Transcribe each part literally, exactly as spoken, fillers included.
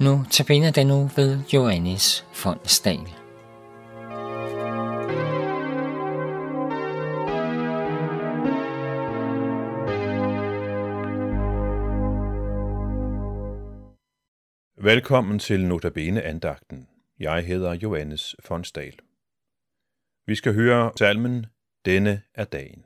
Nu tabiner den nu ved Johannes Fonsdal. Velkommen til Notabene-andagten. Jeg hedder Johannes Fonsdal. Vi skal høre salmen Denne er dagen.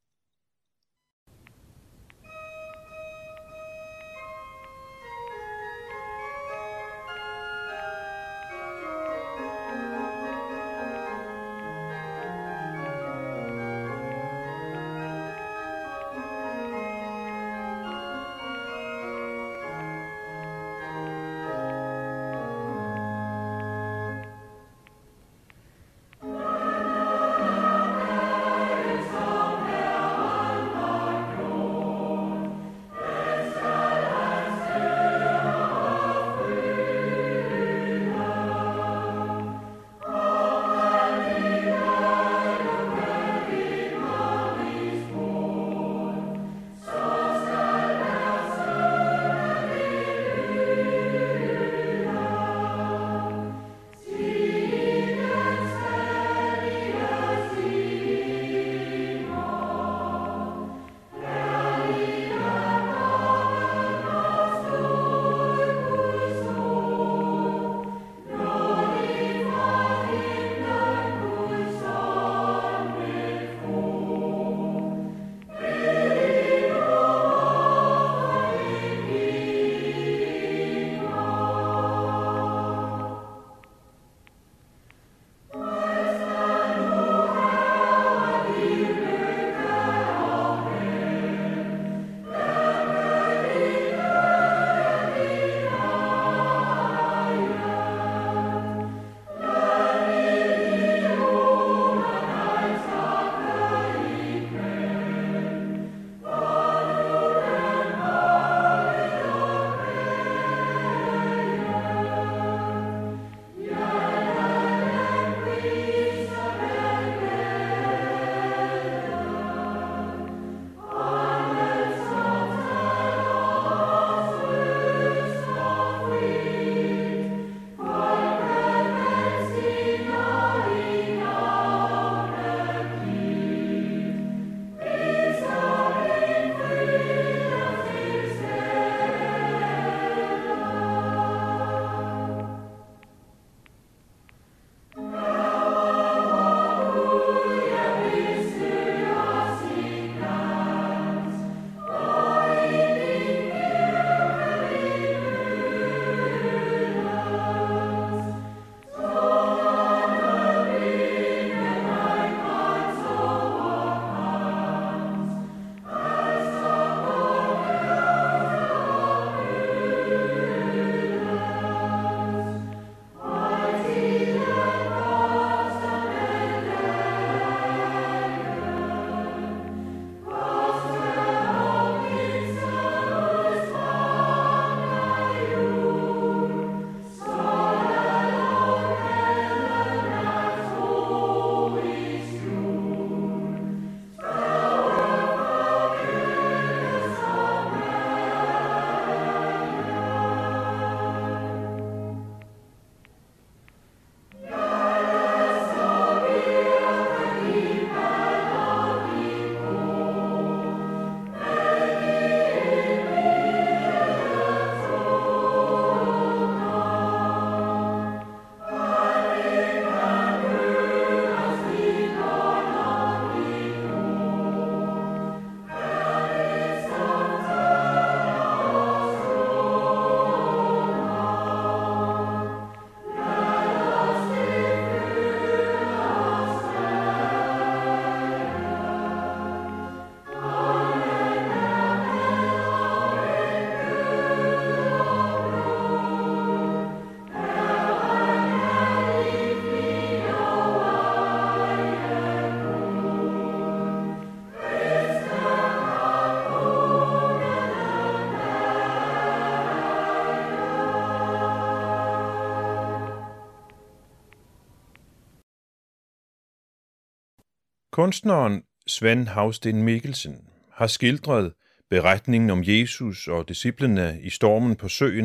Kunstneren Svend Hausten Mikkelsen har skildret beretningen om Jesus og disciplene i stormen på søen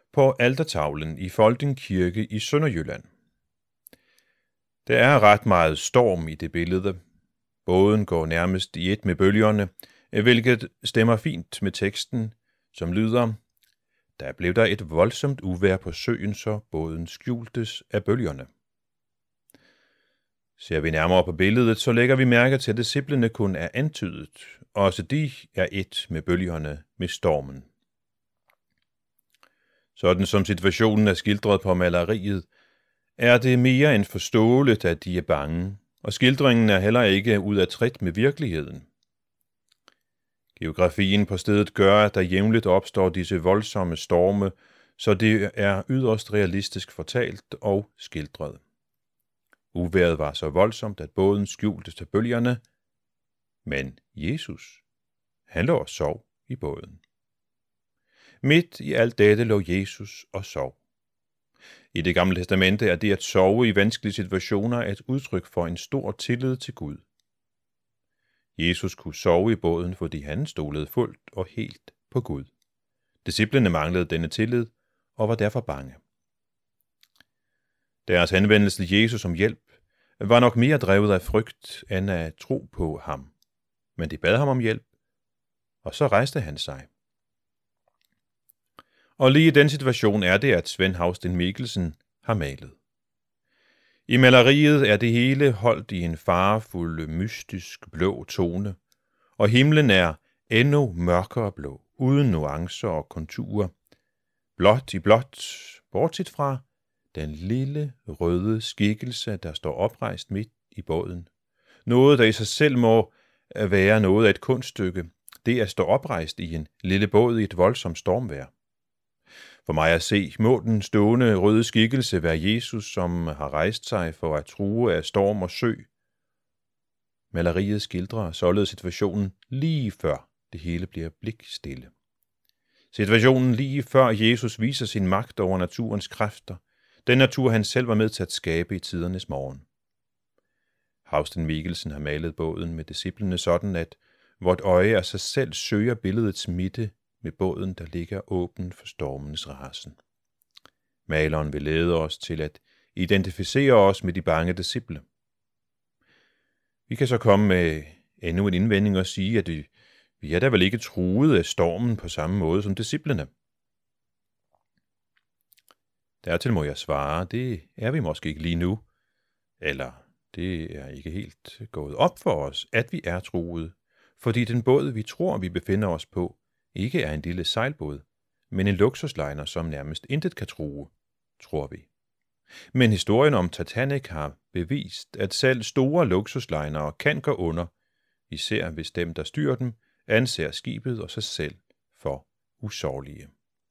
på altertavlen i Folding Kirke i Sønderjylland. Der er ret meget storm i det billede. Båden går nærmest i et med bølgerne, hvilket stemmer fint med teksten, som lyder: Der blev der et voldsomt uvejr på søen, så båden skjultes af bølgerne. Ser vi nærmere på billedet, så lægger vi mærke til, at disciplene kun er antydet. Også de er et med bølgerne, med stormen. Sådan som situationen er skildret på maleriet, er det mere end forståeligt, at de er bange, og skildringen er heller ikke ud af trit med virkeligheden. Geografien på stedet gør, at der jævnligt opstår disse voldsomme storme, så det er yderst realistisk fortalt og skildret. Uvejret var så voldsomt, at båden skjultes til bølgerne, men Jesus, han lå og sov i båden. Midt i alt dette lå Jesus og sov. I Det Gamle Testamente er det at sove i vanskelige situationer et udtryk for en stor tillid til Gud. Jesus kunne sove i båden, fordi han stolede fuldt og helt på Gud. Disciplene manglede denne tillid og var derfor bange. Deres henvendelse til Jesus om hjælp var nok mere drevet af frygt end af tro på ham. Men de bad ham om hjælp, og så rejste han sig. Og lige i den situation er det, at Svend Hausten Mikkelsen har malet. I maleriet er det hele holdt i en farefuld, mystisk blå tone, og himlen er endnu mørkere blå, uden nuancer og konturer. Blåt i blåt, bortset fra den lille røde skikkelse, der står oprejst midt i båden. Noget, der i sig selv må være noget af et kunststykke, det at stå oprejst i en lille båd i et voldsomt stormvejr. For mig at se må den stående røde skikkelse være Jesus, som har rejst sig for at true af storm og sø. Maleriet skildrer således situationen lige før det hele bliver blikstille. Situationen lige før Jesus viser sin magt over naturens kræfter, den natur han selv var med til at skabe i tidernes morgen. Hausten Mikkelsen har malet båden med disciplene sådan, at vort øje af sig selv søger billedets midte med båden, der ligger åben for stormens rasen. Maleren vil lede os til at identificere os med de bange disciple. Vi kan så komme med endnu en indvending og sige, at vi, vi er da vel ikke truet af stormen på samme måde som disciplene. Dertil må jeg svare, det er vi måske ikke lige nu, eller det er ikke helt gået op for os, at vi er truet, fordi den båd, vi tror, vi befinder os på, ikke er en lille sejlbåd, men en luksusliner, som nærmest intet kan true, tror vi. Men historien om Titanic har bevist, at selv store luksuslinere kan gå under, især hvis dem, der styrer dem, anser skibet og sig selv for usårlige.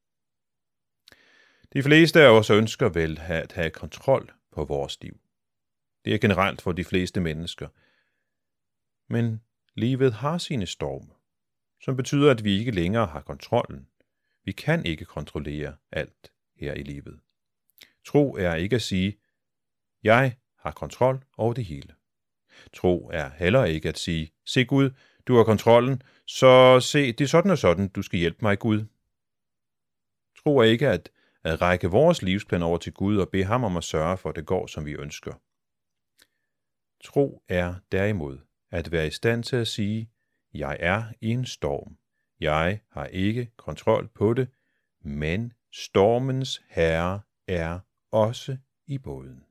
De fleste af os ønsker vel at have kontrol på vores liv. Det er generelt for de fleste mennesker. Men livet har sine storme, som betyder, at vi ikke længere har kontrollen. Vi kan ikke kontrollere alt her i livet. Tro er ikke at sige, jeg har kontrol over det hele. Tro er heller ikke at sige, se Gud, du har kontrollen, så se, det er sådan og sådan, du skal hjælpe mig, Gud. Tro er ikke at, at række vores livsplan over til Gud og bede ham om at sørge for, at det går, som vi ønsker. Tro er derimod at være i stand til at sige, jeg er i en storm. Jeg har ikke kontrol på det, men stormens herre er også i båden.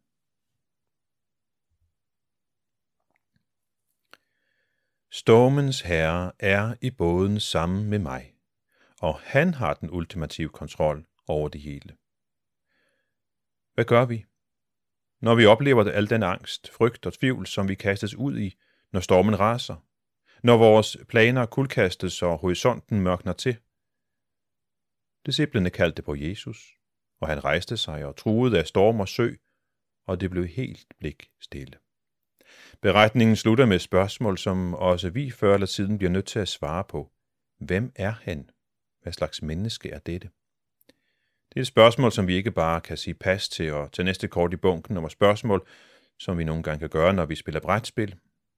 Stormens herre er i båden sammen med mig, og han har den ultimative kontrol over det hele. Hvad gør vi, når vi oplever al den angst, frygt og tvivl, som vi kastes ud i, når stormen raser? Når vores planer kuldkastes og horisonten mørkner til? Disciplene kaldte på Jesus, og han rejste sig og truede af storm og sø, og det blev helt blik stille. Beretningen slutter med et spørgsmål, som også vi før eller siden bliver nødt til at svare på. Hvem er han? Hvad slags menneske er dette? Det er et spørgsmål, som vi ikke bare kan sige pas til og tage næste kort i bunken over spørgsmål, som vi nogle gange kan gøre, når vi spiller brætspil.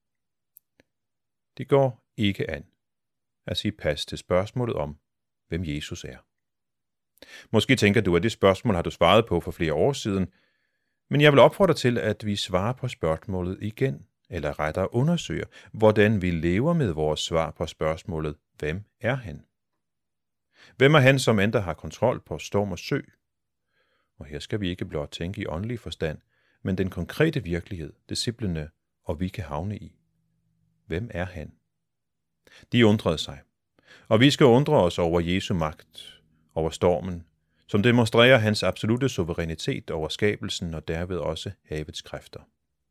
Det går ikke an at sige pas til spørgsmålet om, hvem Jesus er. Måske tænker du, at det spørgsmål har du svaret på for flere år siden, men jeg vil opfordre til, at vi svarer på spørgsmålet igen, eller rettere undersøger, hvordan vi lever med vores svar på spørgsmålet, hvem er han? Hvem er han, som endda har kontrol på storm og sø? Og her skal vi ikke blot tænke i åndelig forstand, men den konkrete virkelighed, disciplene, og vi kan havne i. Hvem er han? De undrede sig, og vi skal undre os over Jesu magt, over stormen, som demonstrerer hans absolute suverænitet over skabelsen og derved også havets kræfter.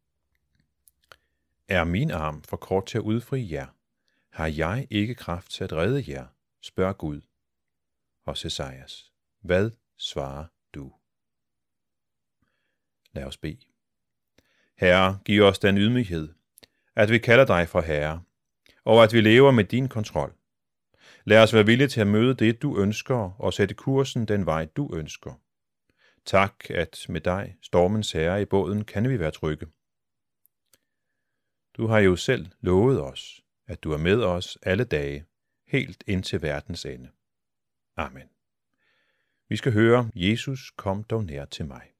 Er min arm for kort til at udfri jer? Har jeg ikke kraft til at redde jer? Spørg Gud. Og Esajas, hvad svarer du? Lad os bede. Herre, giv os den ydmyghed, at vi kalder dig for Herre, og at vi lever med din kontrol. Lad os være villige til at møde det, du ønsker, og sætte kursen den vej, du ønsker. Tak, at med dig, stormens herre i båden, kan vi være trygge. Du har jo selv lovet os, at du er med os alle dage, helt ind til verdens ende. Amen. Vi skal høre, Jesus, kom dog nær til mig.